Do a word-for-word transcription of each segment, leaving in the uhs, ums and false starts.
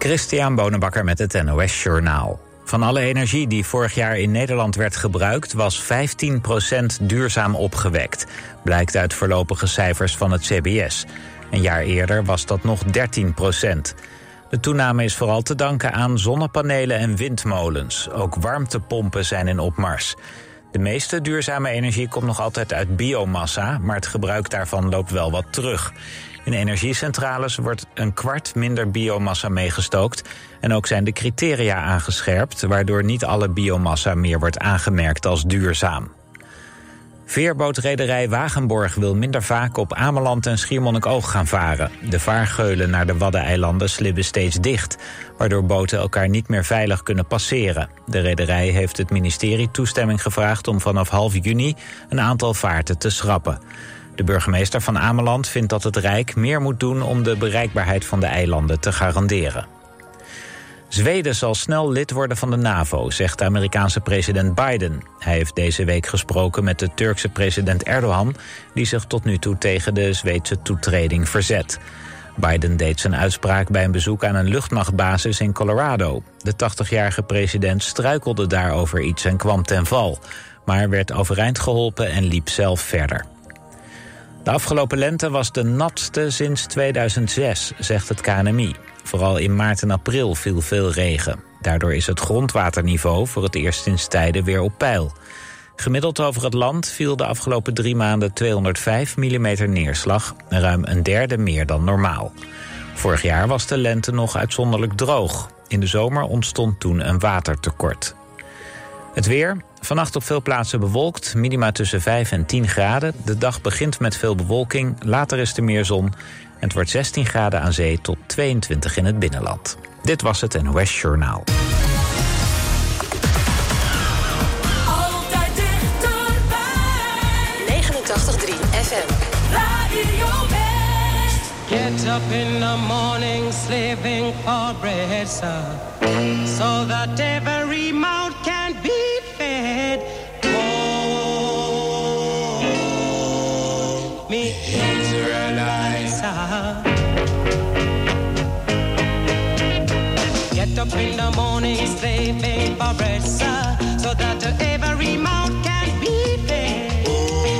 Christian Bonenbakker met het N O S Journaal. Van alle energie die vorig jaar in Nederland werd gebruikt, was vijftien procent duurzaam opgewekt. Blijkt uit voorlopige cijfers van het C B S. Een jaar eerder was dat nog dertien procent. De toename is vooral te danken aan zonnepanelen en windmolens. Ook warmtepompen zijn in opmars. De meeste duurzame energie komt nog altijd uit biomassa, maar het gebruik daarvan loopt wel wat terug. In energiecentrales wordt een kwart minder biomassa meegestookt. En ook zijn de criteria aangescherpt, waardoor niet alle biomassa meer wordt aangemerkt als duurzaam. Veerbootrederij Wagenborg wil minder vaak op Ameland en Schiermonnikoog gaan varen. De vaargeulen naar de Waddeneilanden slibben steeds dicht, waardoor boten elkaar niet meer veilig kunnen passeren. De rederij heeft het ministerie toestemming gevraagd om vanaf half juni een aantal vaarten te schrappen. De burgemeester van Ameland vindt dat het Rijk meer moet doen om de bereikbaarheid van de eilanden te garanderen. Zweden zal snel lid worden van de NAVO, zegt de Amerikaanse president Biden. Hij heeft deze week gesproken met de Turkse president Erdogan, die zich tot nu toe tegen de Zweedse toetreding verzet. Biden deed zijn uitspraak bij een bezoek aan een luchtmachtbasis in Colorado. De tachtigjarige president struikelde daarover iets en kwam ten val, maar werd overeind geholpen en liep zelf verder. De afgelopen lente was de natste sinds tweeduizend zes, zegt het K N M I. Vooral in maart en april viel veel regen. Daardoor is het grondwaterniveau voor het eerst sinds tijden weer op peil. Gemiddeld over het land viel de afgelopen drie maanden tweehonderdvijf millimeter neerslag, ruim een derde meer dan normaal. Vorig jaar was de lente nog uitzonderlijk droog. In de zomer ontstond toen een watertekort. Het weer. Vannacht op veel plaatsen bewolkt, minima tussen vijf en tien graden. De dag begint met veel bewolking, later is er meer zon. En het wordt zestien graden aan zee tot tweeëntwintig in het binnenland. Dit was het N O S Journaal. Altijd dichterbij. negenentachtig komma drie F M. Radio West. Get up in the morning, slaving for bread, sir. So that every mouth can be fed. Oh, me Israelites. Get up in the morning, slaving for bread, sir, so that every mouth can be fed.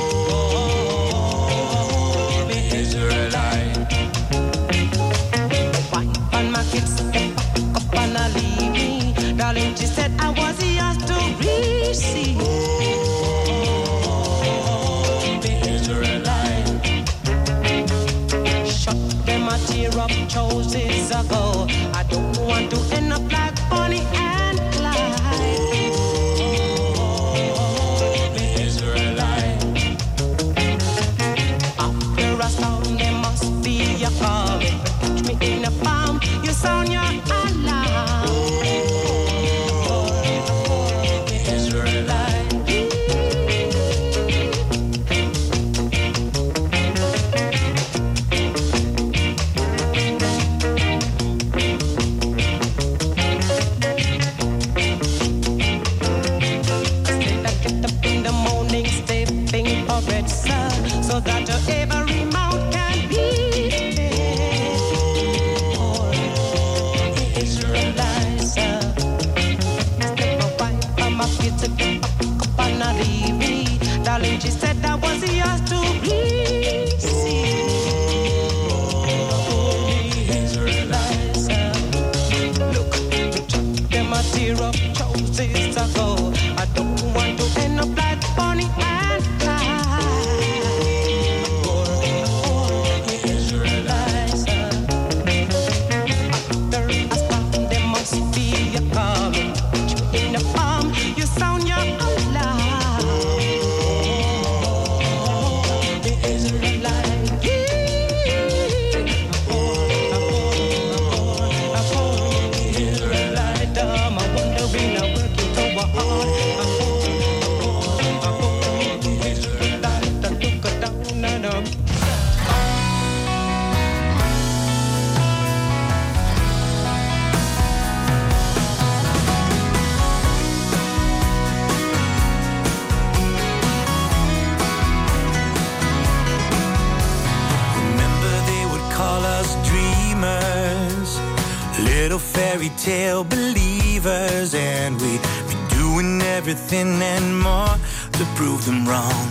Oh, me Israelites. Wife and my kids, they pack up and I leave me. Darling, she said I was yours to receive. Oh, me Israelite. Shut them a tear up choices ago. I don't want to end up like Bonnie and Clyde. Oh, me Israelite. After a sound, there must be a call. Catch me in a palm, you sound your alarm. So that every mouth can be fed. Little fairy tale believers, and we'd be doing everything and more to prove them wrong.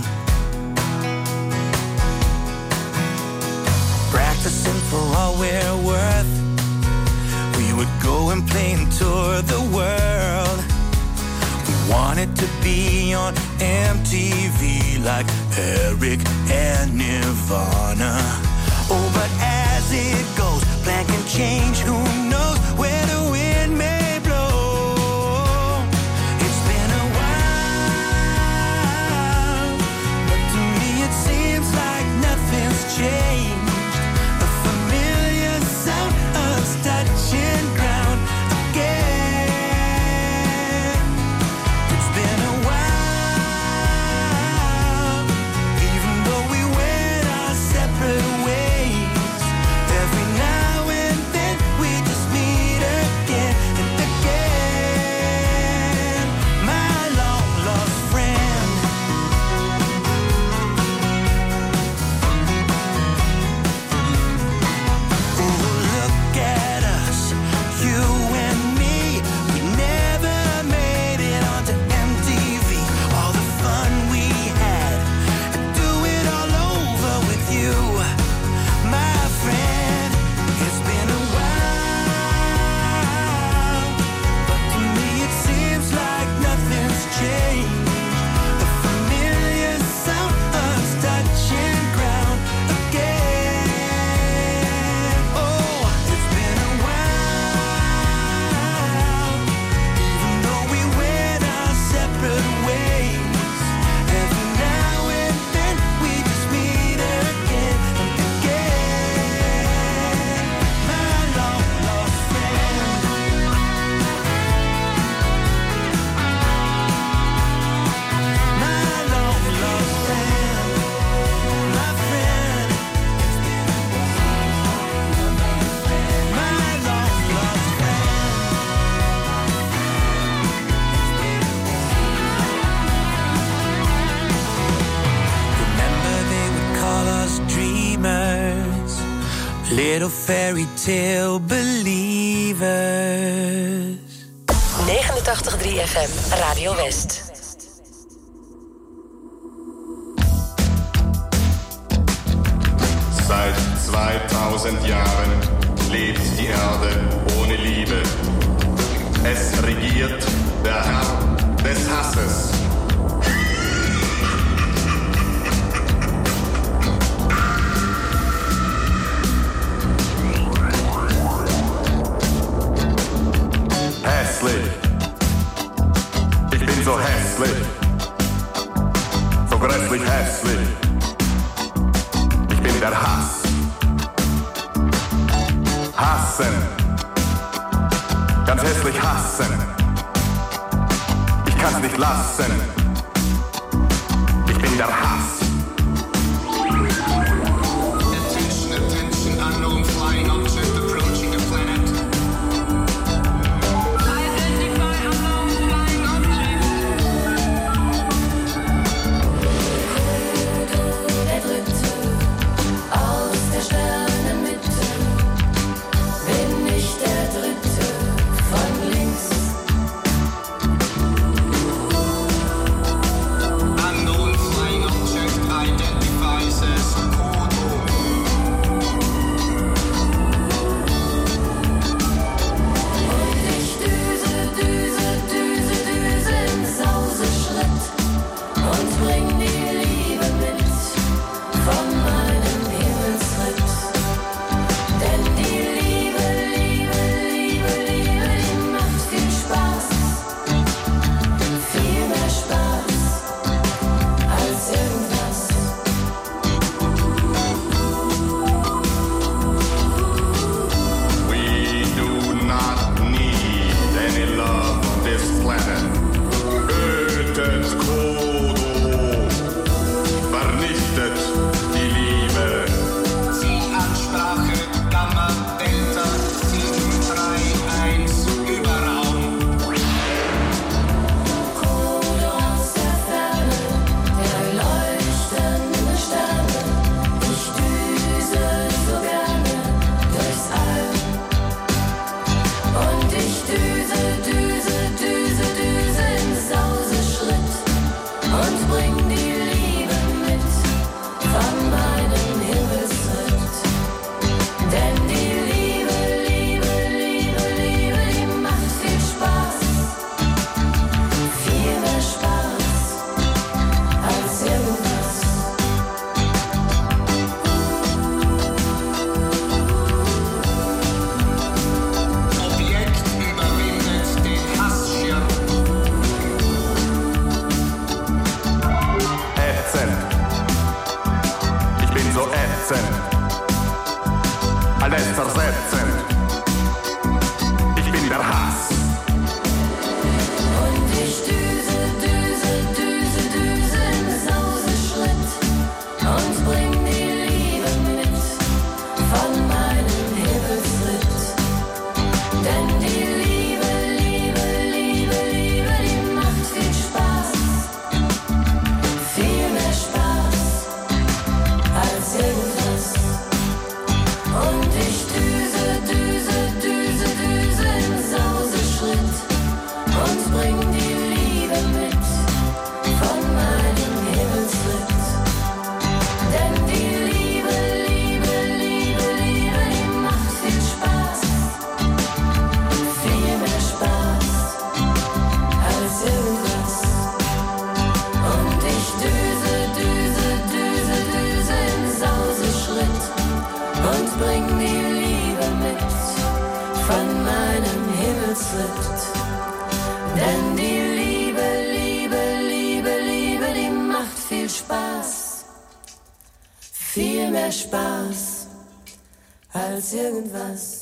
Practicing for all we're worth, we would go and play and tour the world. We wanted to be on M T V like Eric and Nirvana. Oh, but as it goes, plan can change, who knows where the wind may blow. It's been a while, but to me it seems like nothing's changed. A familiar sound of touching ground again. It's been a while, even though we went our separate ways. Every now and then we just meet again and again. My long lost friend. Ooh, look at us, you and me. We never made it onto M T V. All the fun we had, I'd do it all over with you, my friend. It's been a while, but to me it seems like nothing's changed. The familiar sound of touching ground again. Oh, it's been a while, even though we went our separate ways. Every now and then we just meet again and again. My long lost friend. My long lost friend. My friend. It's been a while. My long lost Remember they would call us dreamers, little fairy tale believers. negenentachtig komma drie F M, Radio West. Seit zweitausend Jahren lebt die Erde ohne Liebe. Es regiert der Herr des Hasses. Hässlich. Ich bin so hässlich. So grässlich hässlich. Ich bin der Hass. Hassen. Ganz hässlich hassen. Ich kann's nicht lassen. Ich bin der Hass. Attention, attention, unknown flying object approaching the planet. Identify unknown flying object. Der Dritte aus der Sternenmitte, bin ich der Dritte von links. Unknown flying object von meinem Himmelsritt. Denn die Liebe, Liebe, Liebe, Liebe, die macht viel Spaß. Viel mehr Spaß als irgendwas.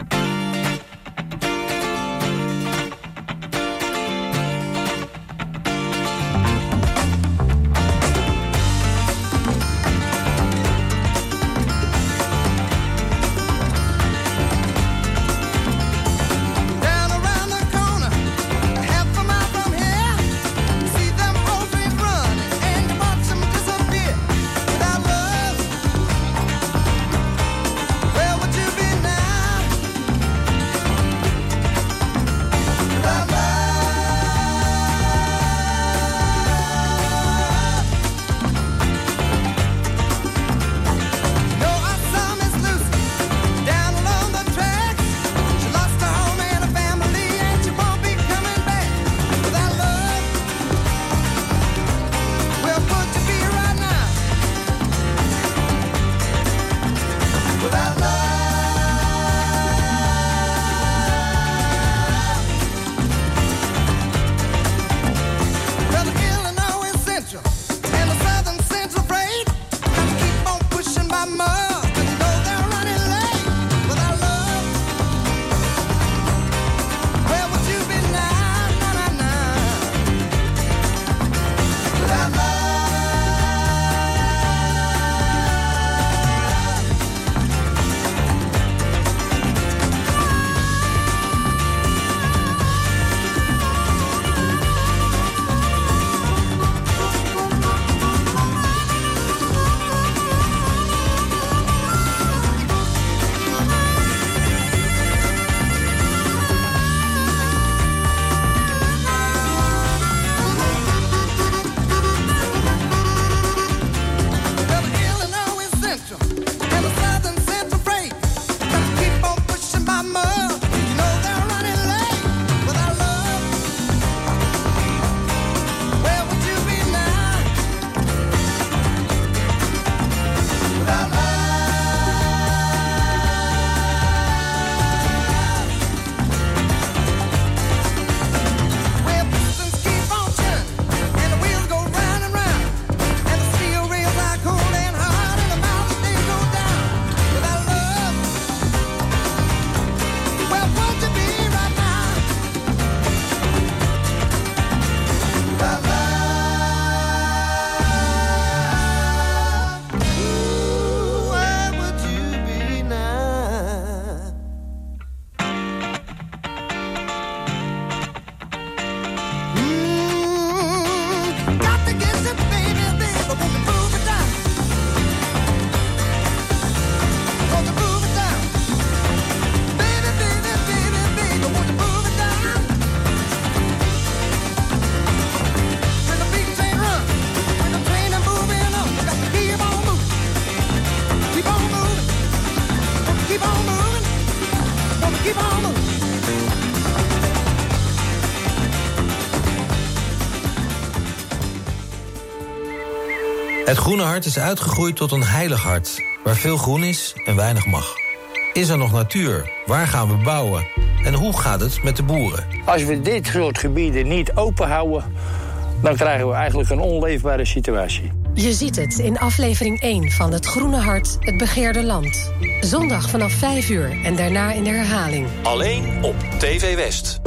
Het groene hart is uitgegroeid tot een heilig hart, waar veel groen is en weinig mag. Is er nog natuur? Waar gaan we bouwen? En hoe gaat het met de boeren? Als we dit soort gebieden niet open houden, dan krijgen we eigenlijk een onleefbare situatie. Je ziet het in aflevering één van Het Groene Hart, het begeerde land. Zondag vanaf vijf uur en daarna in de herhaling. Alleen op T V West.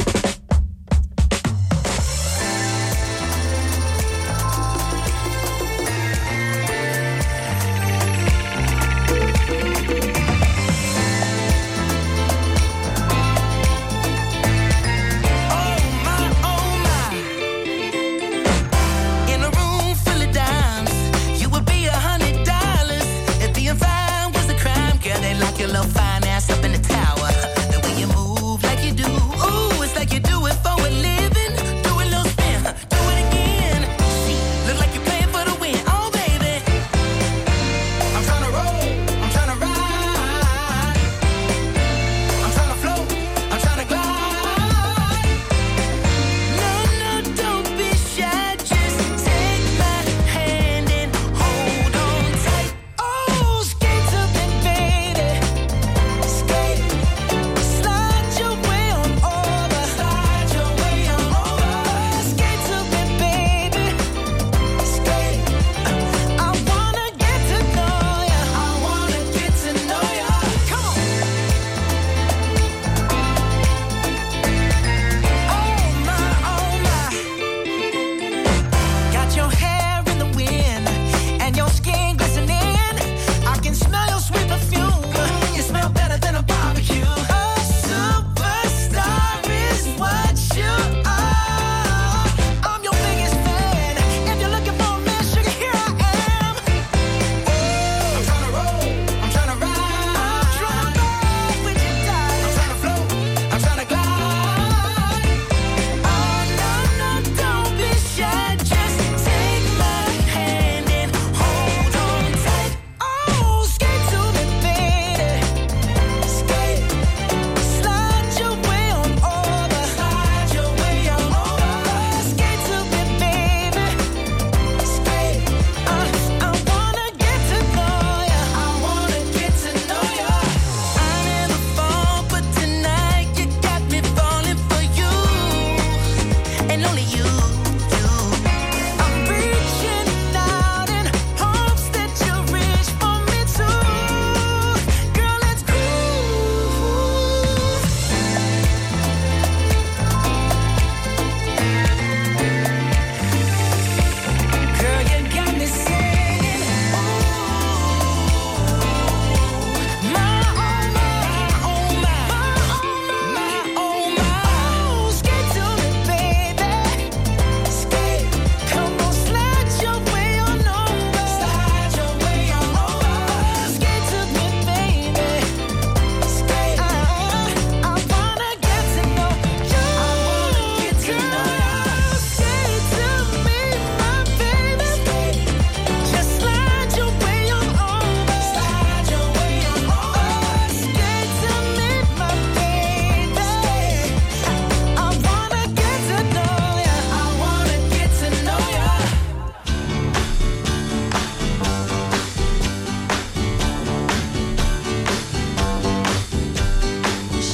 Fine ass up in the tower. The way you move like you do, ooh, it's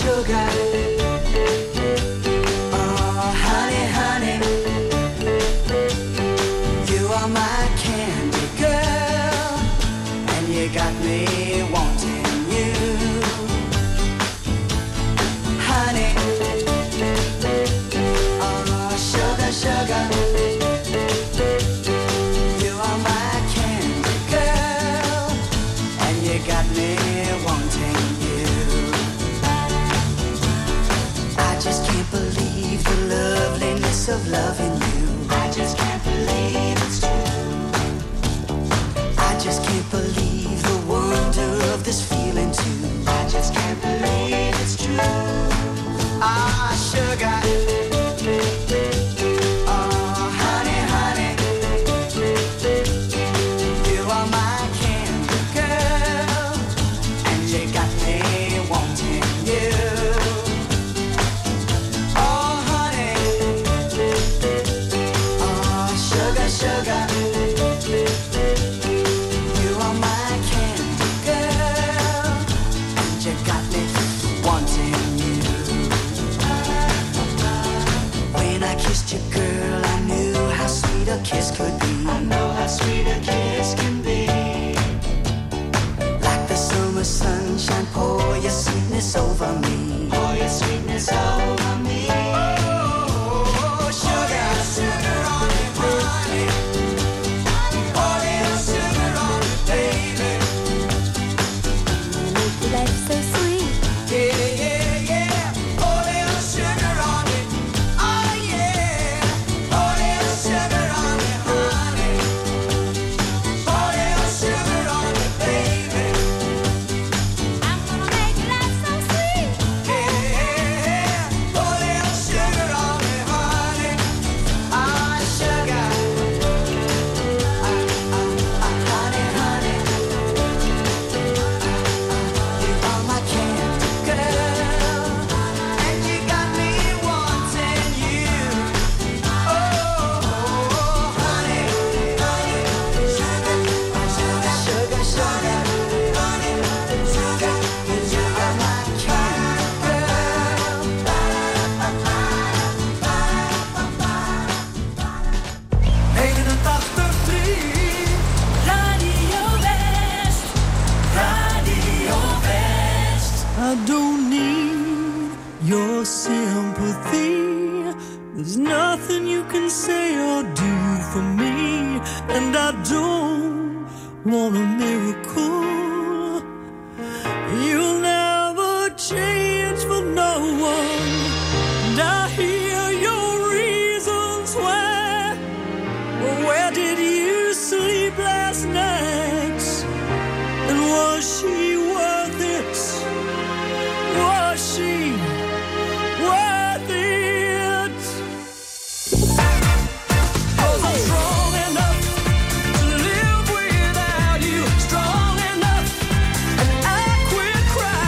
sugar. Oh, honey, honey, you are my candy girl, and you got me wanting you. Honey, oh, sugar, sugar, you are my candy girl, and you got me wanting you. I just can't believe the loveliness of loving you. I just can't believe it's true. I just can't believe the wonder of this feeling too. I just can't believe it's true. Ah, sugar. Oh, honey, honey, you are my candy girl, and you got me wanting you. Oh, honey, oh, sugar, sugar, you are my candy girl, and you got me wanting you. When I kissed you, girl, I knew how sweet a kiss could be. I know how sweet a kiss can be. Like the summer sunshine, pour your sweetness over me. Pour your sweetness over me. Oh, sugar, sugar on me, honey. Pour your sugar on me, baby. Make life so sweet. Yeah, yeah, yeah. Pour your sugar on me. Oh, yeah. Pour your sugar on me, honey. Pour your sugar on me, baby. I'm gonna make life so sweet. Yeah, pour your sugar on me, honey. Ah, sugar. Ah, ah, ah, honey, honey. You are my candy girl, and you got me wanting you. Oh, honey, honey, sugar, sugar, sugar, sugar, honey, sugar, you are my candy girl. negenentachtig komma drie Radio West, Radio West. I don't need your sympathy. There's nothing you can say or do for me, and I don't want a miracle. You'll never change for no one, and I hear your reasons why. Well, where did you sleep last night? And was she worth it? Was she worth it? 'Cause I'm strong enough to live without you, strong enough, and I quit crying.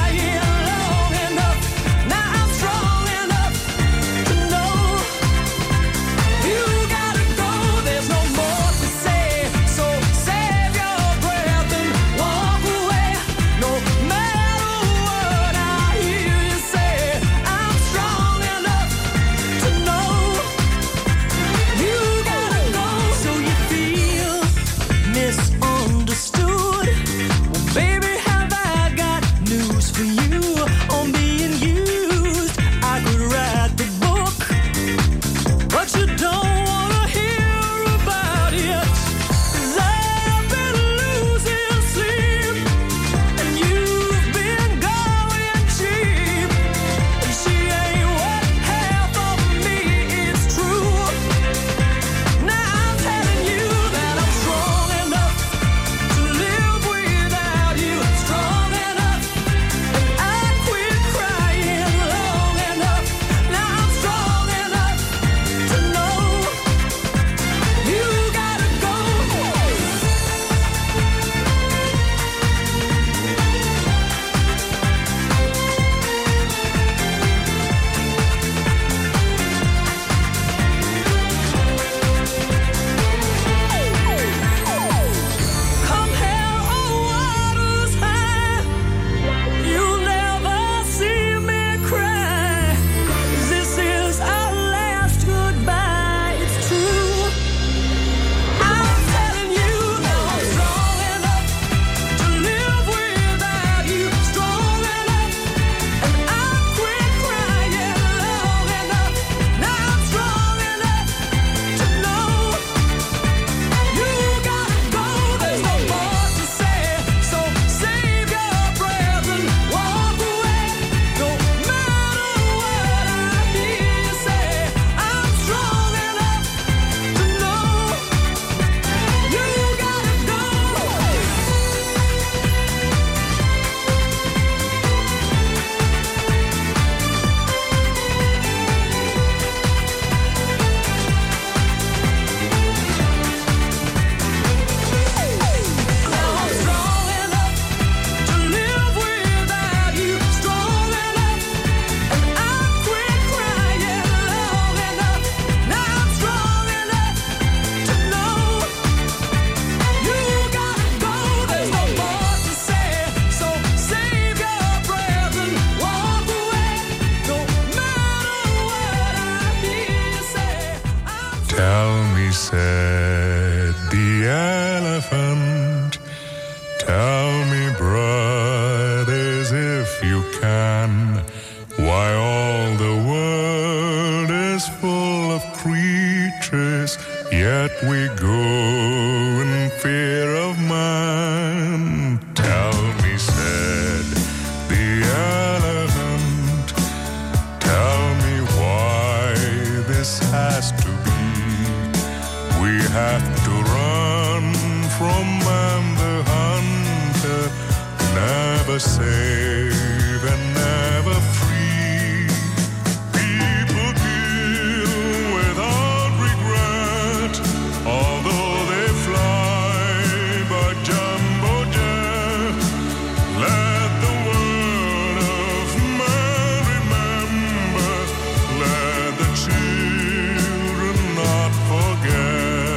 Tell me, said the elephant, tell me, brothers, if you can, why all the world is full of creatures, yet we go in fear of man. Tell me, said the elephant, tell me why this has to be. We have to run from man the hunter, never save and never free. People kill without regret, although they fly by jumbo jet. Let the word of man remember, let the children not forget.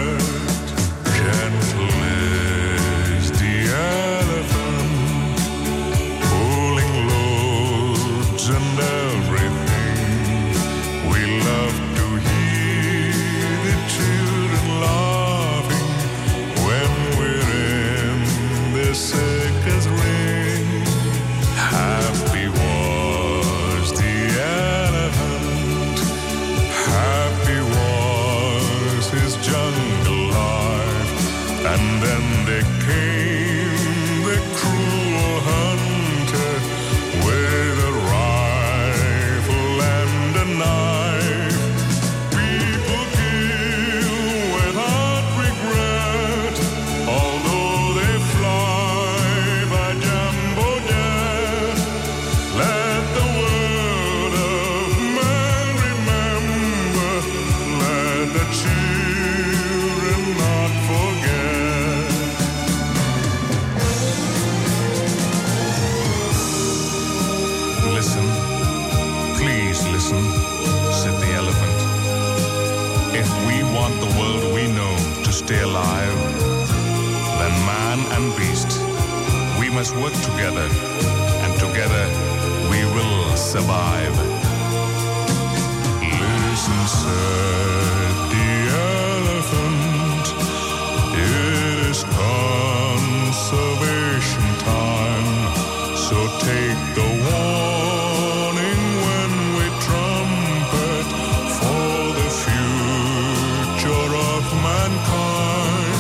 Gentle is the elephant, pulling loads and everything. We love to hear the children laughing when we're in the circus ring. Happy was the elephant, happy was his jungle life, and then there came the cruel hunter with a rifle and a knife. People kill without regret, although they fly by jumbo jet. Let the word of man remember, let the children not forget. Listen, please listen, said the elephant. If we want the world we know to stay alive, then man and beast, we must work together, and together we will survive. Listen, said the elephant, it is conservation time, so take the warning when we trumpet for the future of mankind.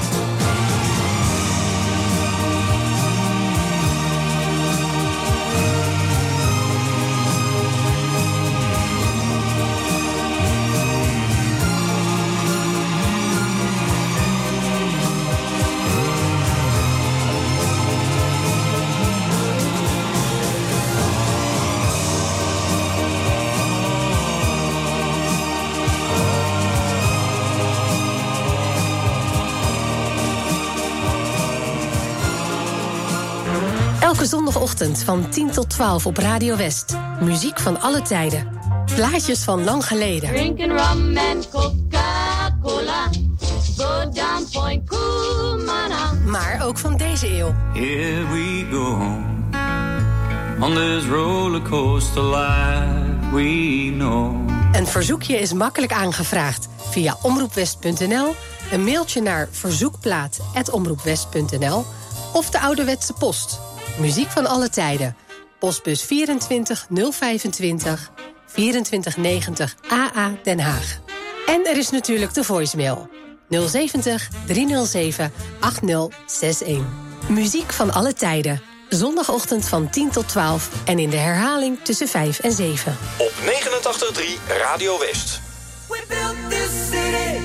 Elke zondagochtend van tien tot twaalf op Radio West. Muziek van alle tijden. Plaatjes van lang geleden. Drinking rum and Coca-Cola. Go down Point Kumana. Maar ook van deze eeuw. Here we go on this rollercoaster life we know. Een verzoekje is makkelijk aangevraagd via omroepwest punt n l, een mailtje naar verzoekplaat apenstaartje omroepwest punt n l of de ouderwetse post. Muziek van alle tijden. Postbus vierentwintig nul vijfentwintig vierentwintig negentig A A Den Haag. En er is natuurlijk de voicemail nul zeventig driehonderdzeven achtzig zestig. Muziek van alle tijden. Zondagochtend van tien tot twaalf en in de herhaling tussen vijf en zeven. Op negenentachtig komma drie Radio West. We built this city.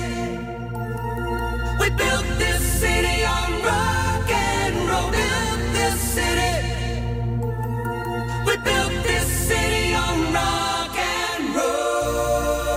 We built this city on rock and roll. Built this city. We built this city on rock and roll.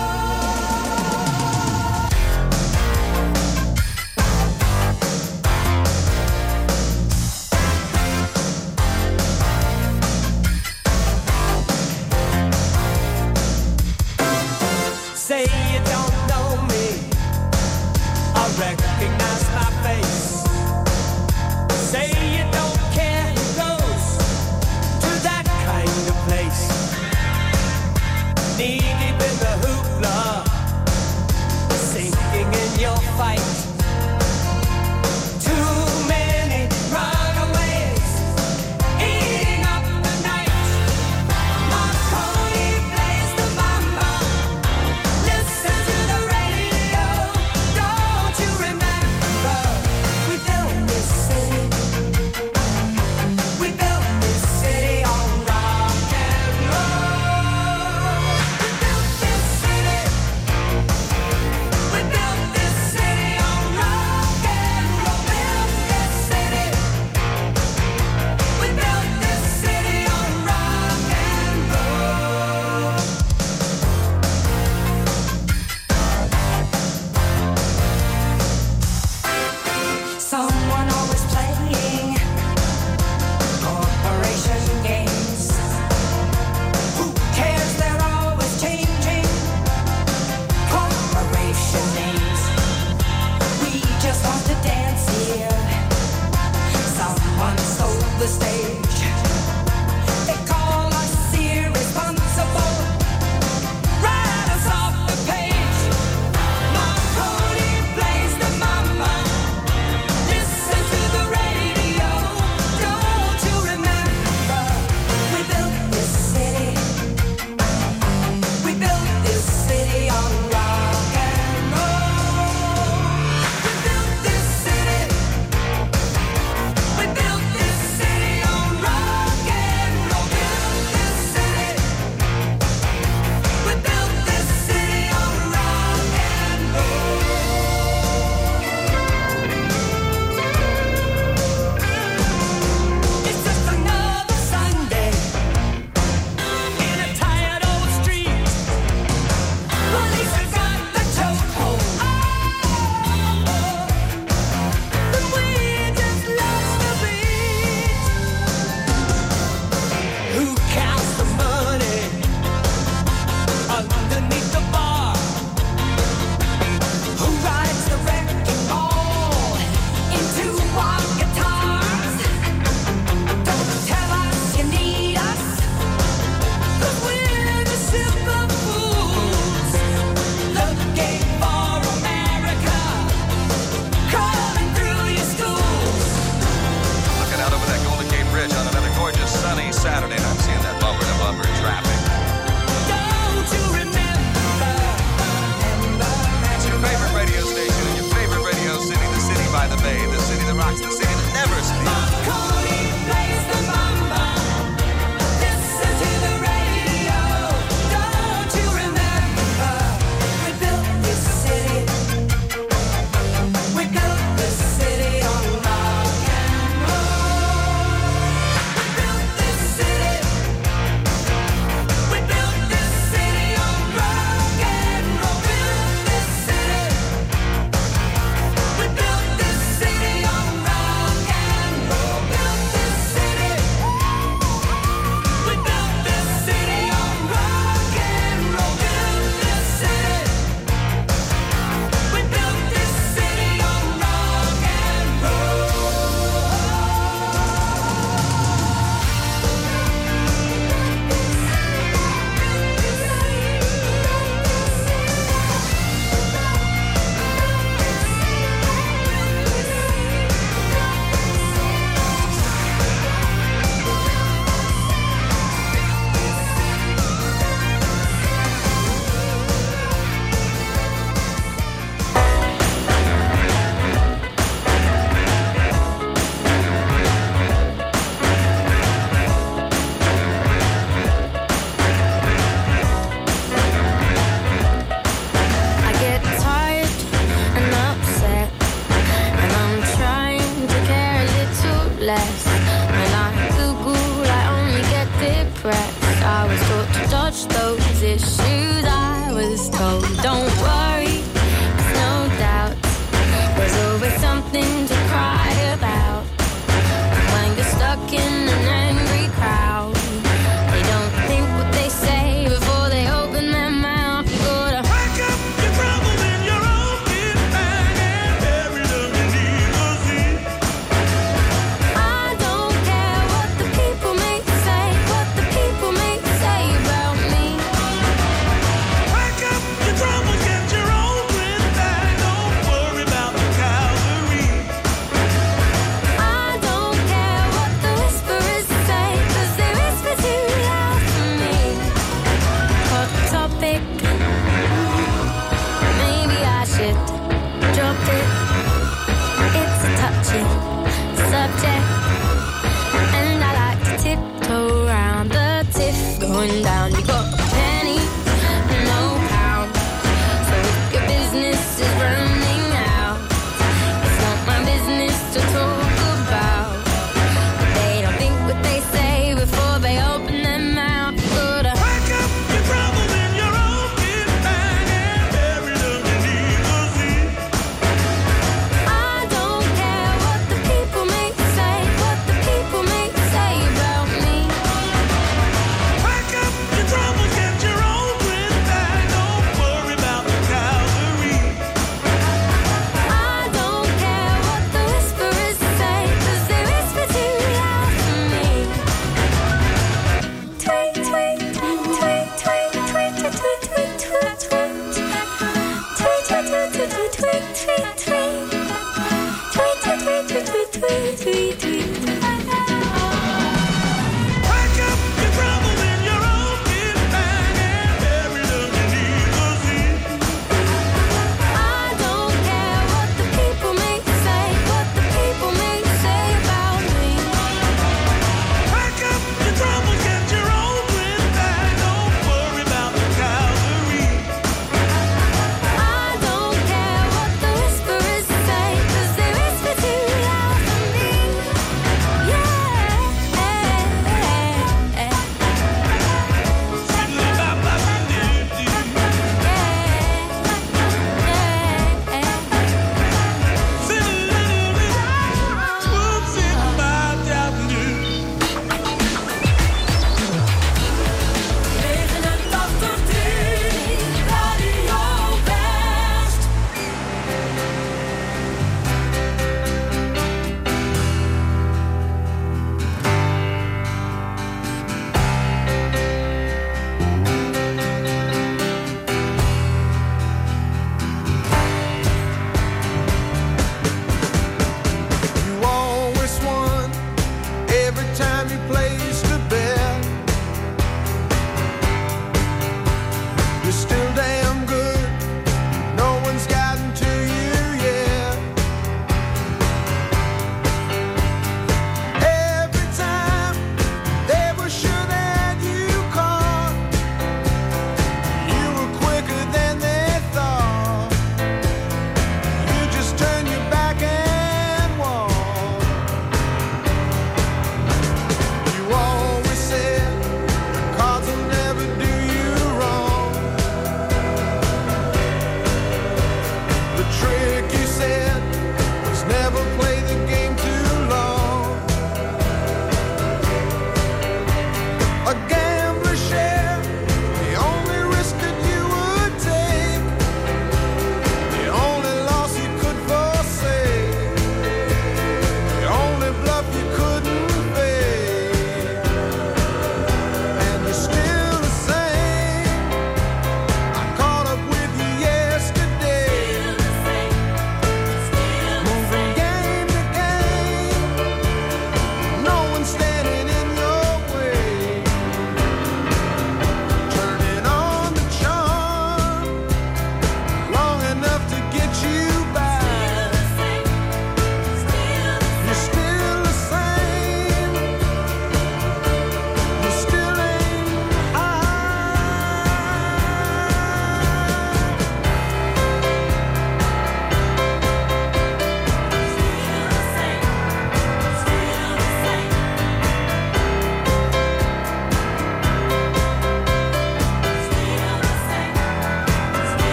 Say you don't know me, I recognize my face. Say you don't care who goes to that kind of place. those issues. I was told, don't worry, there's no doubt. There's always something to cry about. When you're stuck in an angry crowd, they don't think what they say before they open their mouth. You gotta pack up your troubles in your own kit bag and bury them beneath the sea. I don't care what the people may say, what the people may say about me. Pack up your troubles, get your own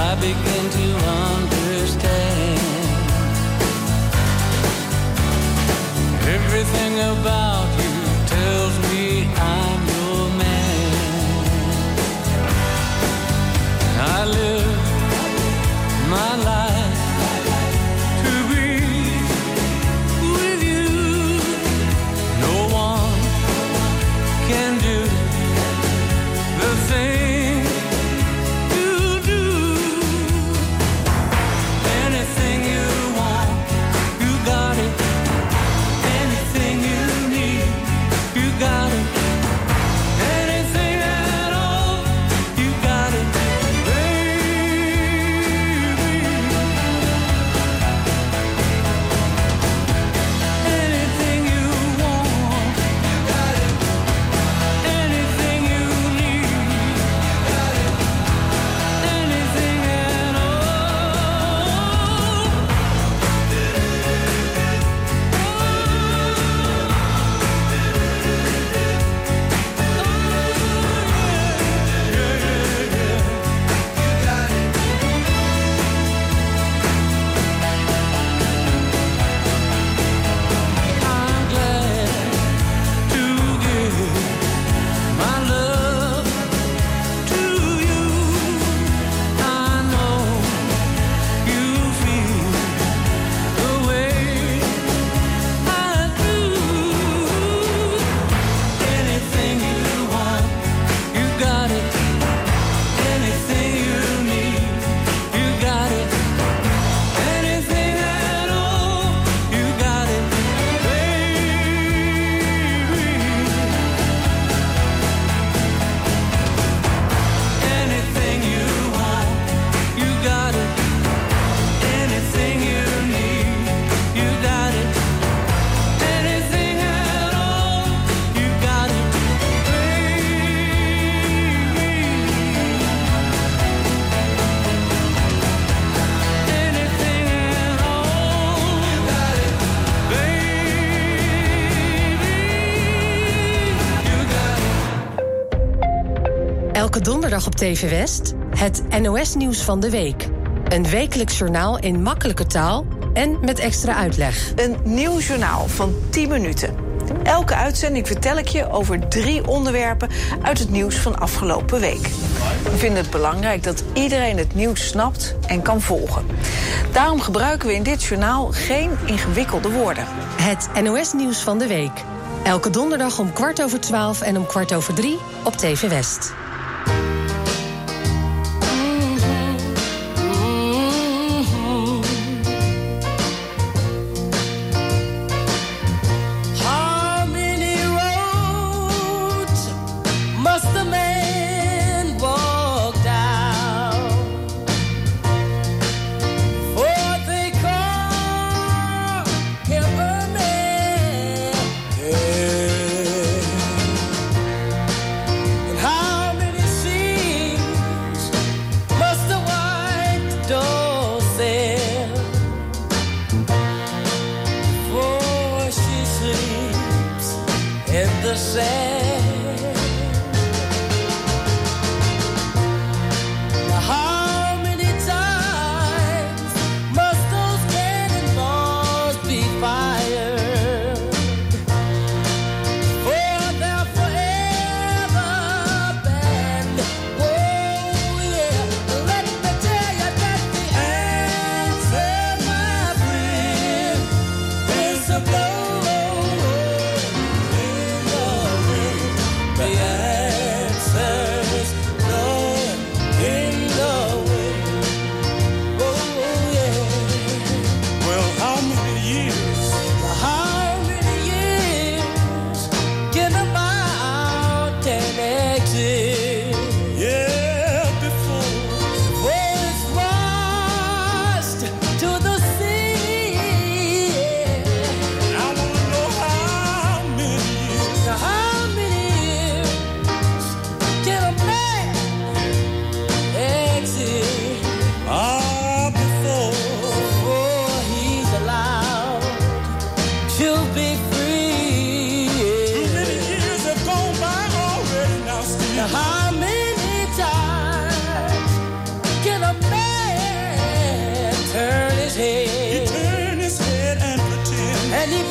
I begin to understand everything about you tells me I'm your man. I live my life to be with you. No one can do the thing you do. Anything you want, you got it. Anything you need, you got it. Anything at all, you got it, baby. Anything you want, you got it. Anything you need, you got it. Anything at all. I'm glad to give my love to you. I know you feel the way I do. Anything you want, you got it. Anything you need, you got it. Anything at all, you got it, baby. Anything you want, you got it. Anything you need, you got it. Anything at all, you got it, baby. Anything at all, you got it, baby. You got it. Elke donderdag op T V West het N O S-nieuws van de week. Een wekelijks journaal in makkelijke taal en met extra uitleg. Een nieuw journaal van tien minuten. Elke uitzending vertel ik je over drie onderwerpen uit het nieuws van afgelopen week. We vinden het belangrijk dat iedereen het nieuws snapt en kan volgen. Daarom gebruiken we in dit journaal geen ingewikkelde woorden. Het N O S-nieuws van de week. Elke donderdag om kwart over twaalf en om kwart over drie op T V West. How many roads must a man walk down before they call him a man? And how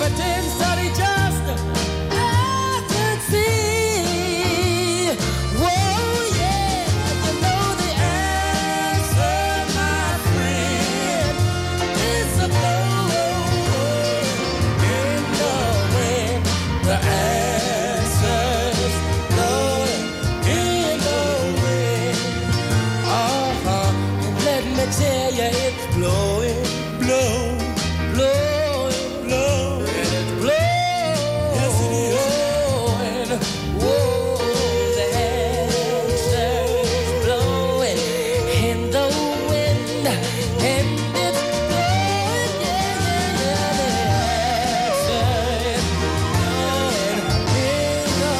pretend study just I could see. Whoa, yeah, you know the answer, my friend, is a blow in the wind. The answer's blowing in the wind. Uh-huh, and let me tell you, it's blowing, blowing, blowing, blowing, and it's blowing. Yes, it is. Whoa, the answer's blowing in the wind, and it's blowing, yeah, yeah, yeah. The answer is blowing in the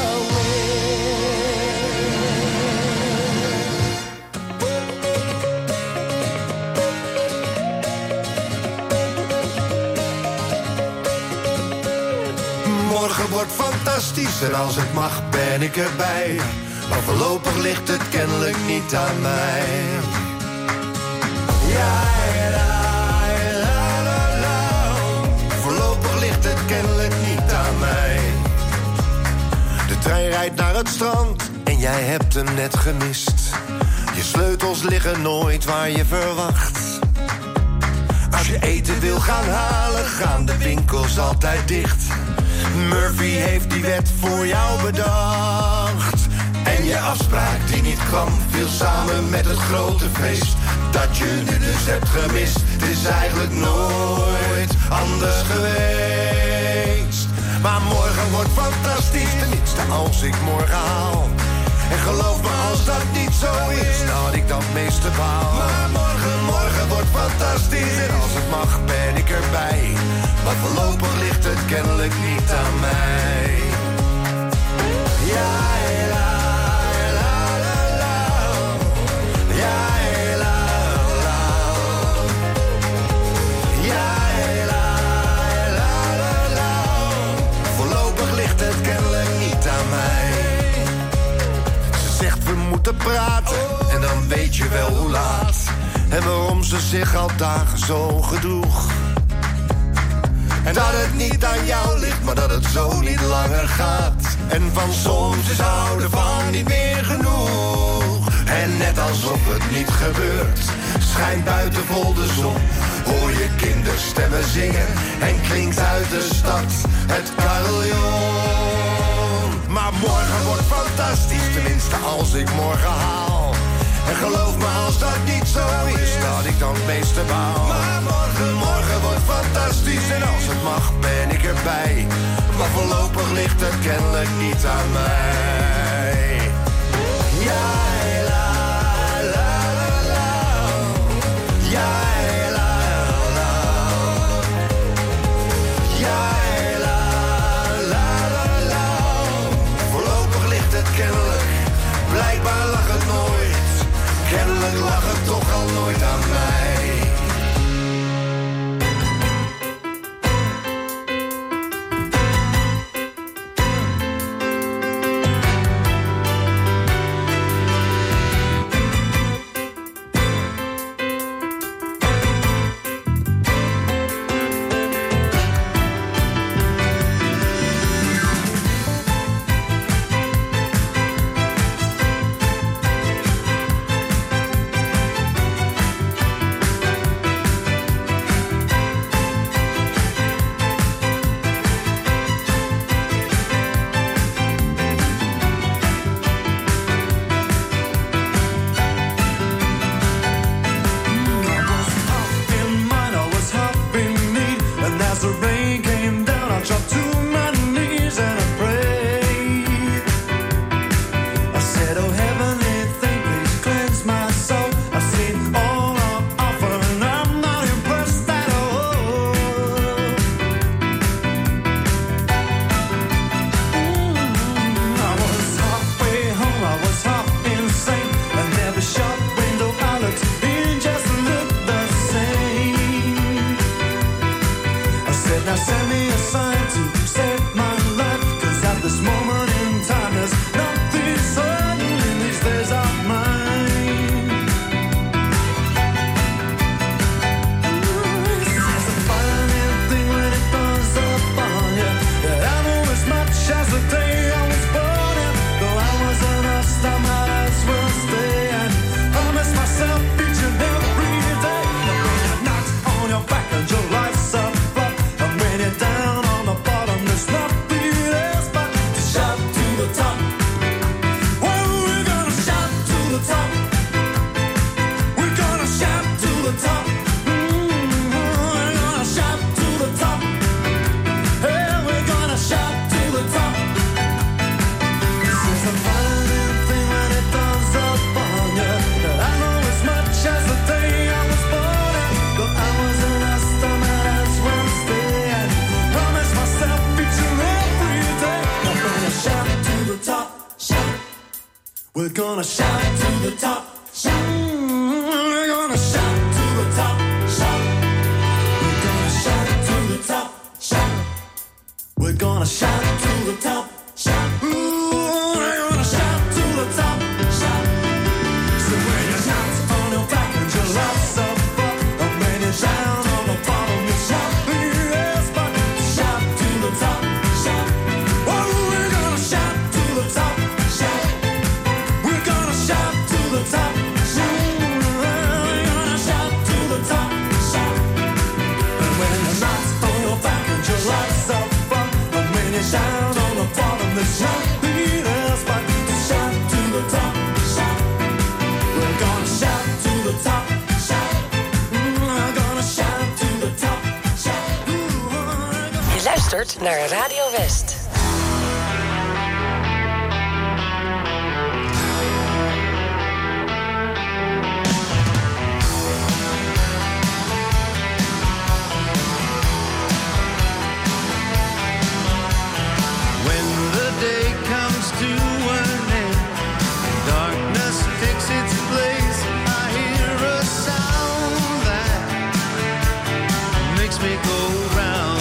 Morgen wordt fantastisch en als het mag ben ik erbij. Maar voorlopig ligt het kennelijk niet aan mij. Ja, la, la, la, la. Voorlopig ligt het kennelijk niet aan mij. De trein rijdt naar het strand en jij hebt hem net gemist. Je sleutels liggen nooit waar je verwacht. Als je eten wil gaan halen, gaan de winkels altijd dicht. Murphy heeft die wet voor jou bedacht. En je afspraak die niet kwam, viel samen met het grote feest dat je nu dus hebt gemist. Het is eigenlijk nooit anders geweest. Maar morgen wordt fantastisch, tenminste als ik morgen haal. En geloof me, als dat niet zo is, dat ik dat meeste baal. Maar morgen, morgen wordt fantastisch en als het mag ben ik erbij. Maar voorlopig ligt het kennelijk niet aan mij. Ja, la, la, la, la. Ja, la, la. Ja, la, la, la, la. Voorlopig ligt het kennelijk niet aan mij. Ze zegt we moeten praten en dan weet je wel hoe laat. En waarom ze zich al dagen zo gedroeg. En dat het niet aan jou ligt, maar dat het zo niet langer gaat. En van soms is houden van niet meer genoeg. En net alsof het niet gebeurt, schijnt buiten vol de zon. Hoor je kinderstemmen zingen en klinkt uit de stad het carillon. Maar morgen wordt fantastisch, tenminste als ik morgen haal. En geloof me, als dat niet zo is, dat ik dan het meeste baal. Maar morgen, morgen wordt fantastisch en als het mag ben ik erbij. Maar voorlopig ligt het kennelijk niet aan mij. Ja, la, la, la, la. Ja, la, la. Ja, la, la, la, la. Voorlopig ligt het kennelijk, blijkbaar lag het nooit. Kennelijk lag het toch al nooit aan mij. shout to the top. Shout. We're gonna shout to the top. Shout. We're gonna shout to the top. Shout. We're gonna shout to the top. Shout. Ooh, we're gonna shout to the top. Shout. So when you shout on your back and your love's up front, and when you shout on the bottom, you shout. Yes, but shout to the top. Shout. Oh, we're gonna shout to the top. Shout. We're gonna shout to the top. Shout. We're gonna shout to the top. Shout. And when you shout on your back and your love's up front, and when you shout on the bottom, the shout. Yes, but shout to the top. Shout. We're gonna shout to the top. Shout. We're gonna shout to the top. Shout. Je luistert naar Radio West. When the day comes to an end, darkness takes its place. I hear a sound that makes me go round.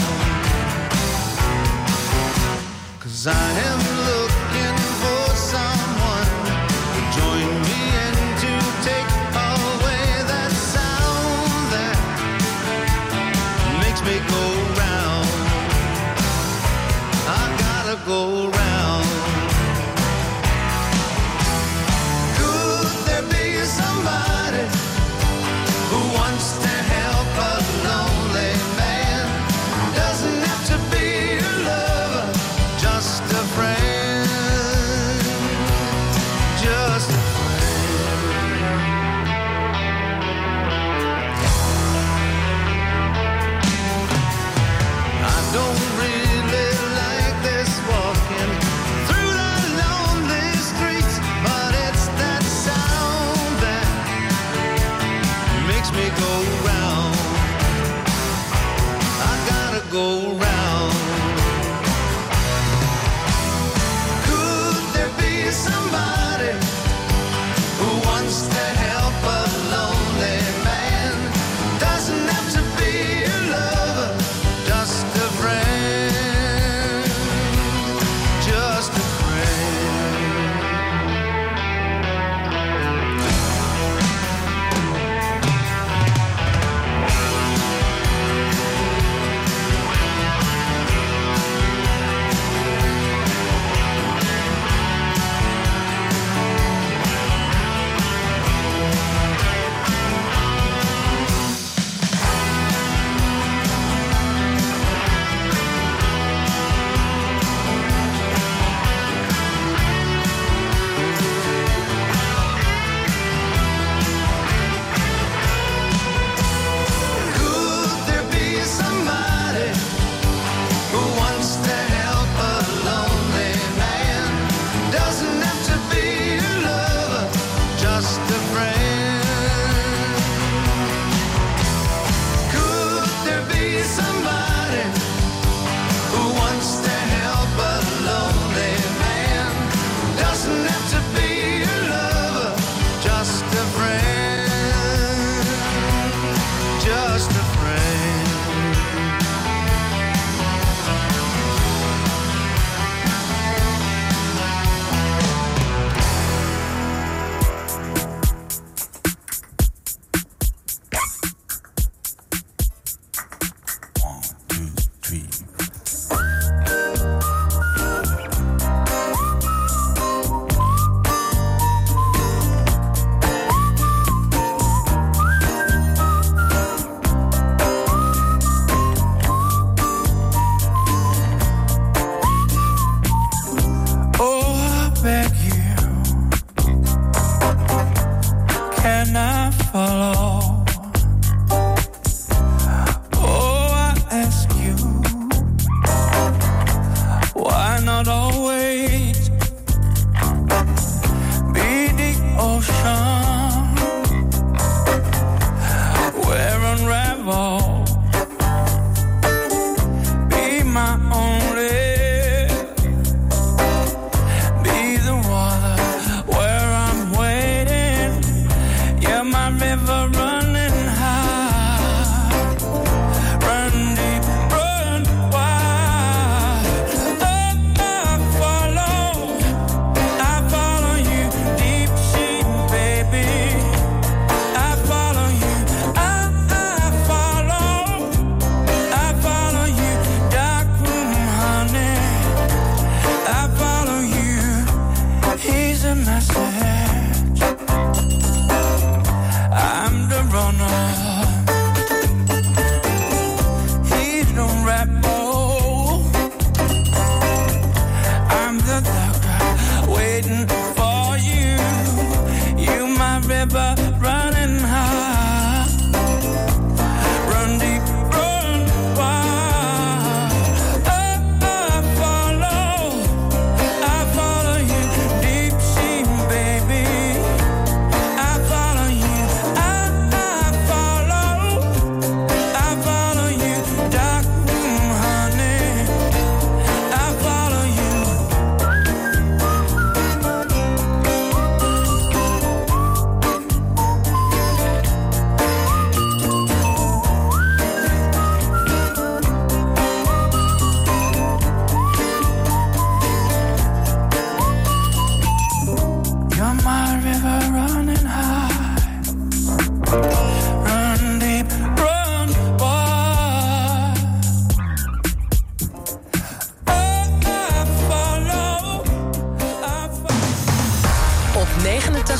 'Cause I am looking for someone to join me and to take away that sound that makes me go round. I gotta go round. Could there be somebody who wants to help a lonely man? Doesn't have to be a lover, just a friend.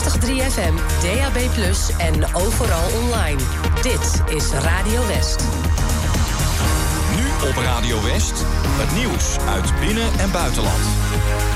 tachtig komma drie F M, D A B plus, en overal online. Dit is Radio West. Nu op Radio West, het nieuws uit binnen- en buitenland.